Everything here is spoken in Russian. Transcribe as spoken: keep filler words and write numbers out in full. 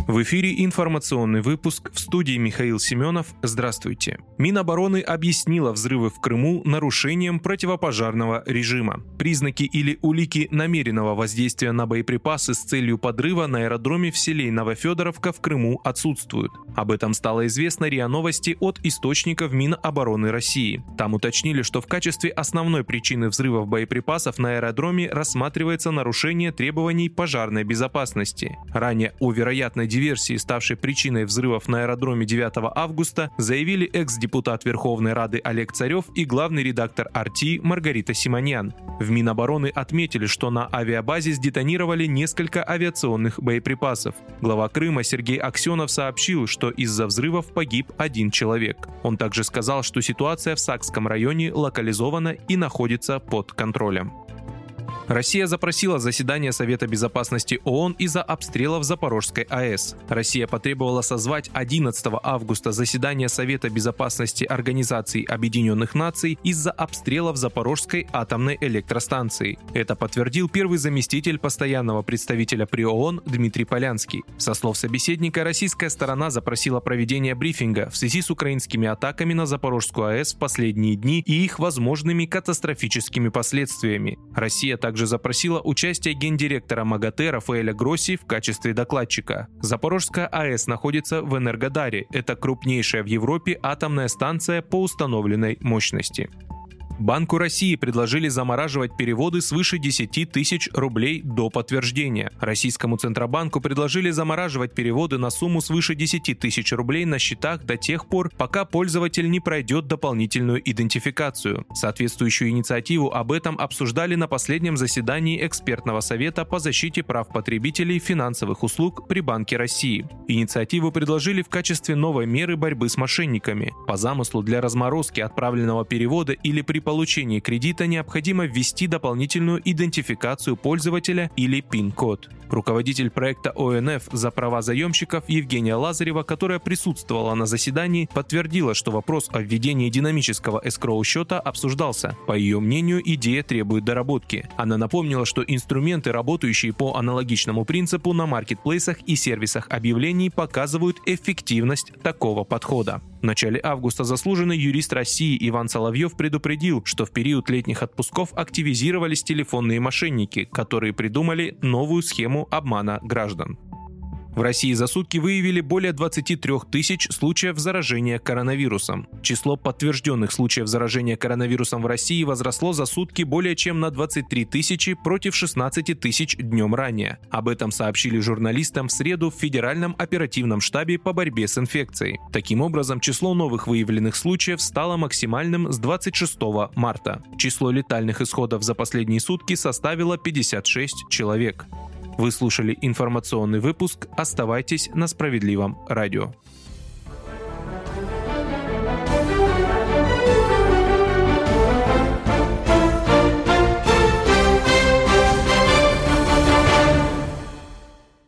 В эфире информационный выпуск, в студии Михаил Семенов. Здравствуйте. Минобороны объяснила взрывы в Крыму нарушением противопожарного режима. Признаки или улики намеренного воздействия на боеприпасы с целью подрыва на аэродроме в селе Новофедоровка в Крыму отсутствуют. Об этом стало известно РИА Новости от источников Минобороны России. Там уточнили, что в качестве основной причины взрывов боеприпасов на аэродроме рассматривается нарушение требований пожарной безопасности. Ранее о вероятной диверсии, ставшей причиной взрывов на аэродроме девятого августа, заявили экс-депутат Верховной Рады Олег Царев и главный редактор эр тэ и Маргарита Симоньян. В Минобороны отметили, что на авиабазе сдетонировали несколько авиационных боеприпасов. Глава Крыма Сергей Аксенов сообщил, что из-за взрывов погиб один человек. Он также сказал, что ситуация в Сакском районе локализована и находится под контролем. Россия запросила заседание Совета безопасности ООН из-за обстрелов Запорожской АЭС. Россия потребовала созвать одиннадцатого августа заседание Совета безопасности Организации Объединенных Наций из-за обстрелов Запорожской атомной электростанции. Это подтвердил первый заместитель постоянного представителя при ООН Дмитрий Полянский. Со слов собеседника, российская сторона запросила проведение брифинга в связи с украинскими атаками на Запорожскую АЭС в последние дни и их возможными катастрофическими последствиями. Россия также запросила участие гендиректора МАГАТЭ Рафаэля Гросси в качестве докладчика. Запорожская АЭС находится в Энергодаре. Это крупнейшая в Европе атомная станция по установленной мощности. Банку России предложили замораживать переводы свыше десяти тысяч рублей до подтверждения. Российскому Центробанку предложили замораживать переводы на сумму свыше десяти тысяч рублей на счетах до тех пор, пока пользователь не пройдет дополнительную идентификацию. Соответствующую инициативу об этом обсуждали на последнем заседании экспертного совета по защите прав потребителей финансовых услуг при Банке России. Инициативу предложили в качестве новой меры борьбы с мошенниками. По замыслу, для разморозки отправленного перевода или при получении кредита необходимо ввести дополнительную идентификацию пользователя или пин-код. Руководитель проекта о эн эф за права заемщиков Евгения Лазарева, которая присутствовала на заседании, подтвердила, что вопрос о введении динамического эскроу-счета обсуждался. По ее мнению, идея требует доработки. Она напомнила, что инструменты, работающие по аналогичному принципу на маркетплейсах и сервисах объявлений, показывают эффективность такого подхода. В начале августа заслуженный юрист России Иван Соловьев предупредил, что в период летних отпусков активизировались телефонные мошенники, которые придумали новую схему обмана граждан. В России за сутки выявили более двадцати трёх тысяч случаев заражения коронавирусом. Число подтвержденных случаев заражения коронавирусом в России возросло за сутки более чем на двадцать три тысячи против шестнадцати тысяч днем ранее. Об этом сообщили журналистам в среду в Федеральном оперативном штабе по борьбе с инфекцией. Таким образом, число новых выявленных случаев стало максимальным с двадцать шестого марта. Число летальных исходов за последние сутки составило пятьдесят шесть человек. Вы слушали информационный выпуск. Оставайтесь на Справедливом радио.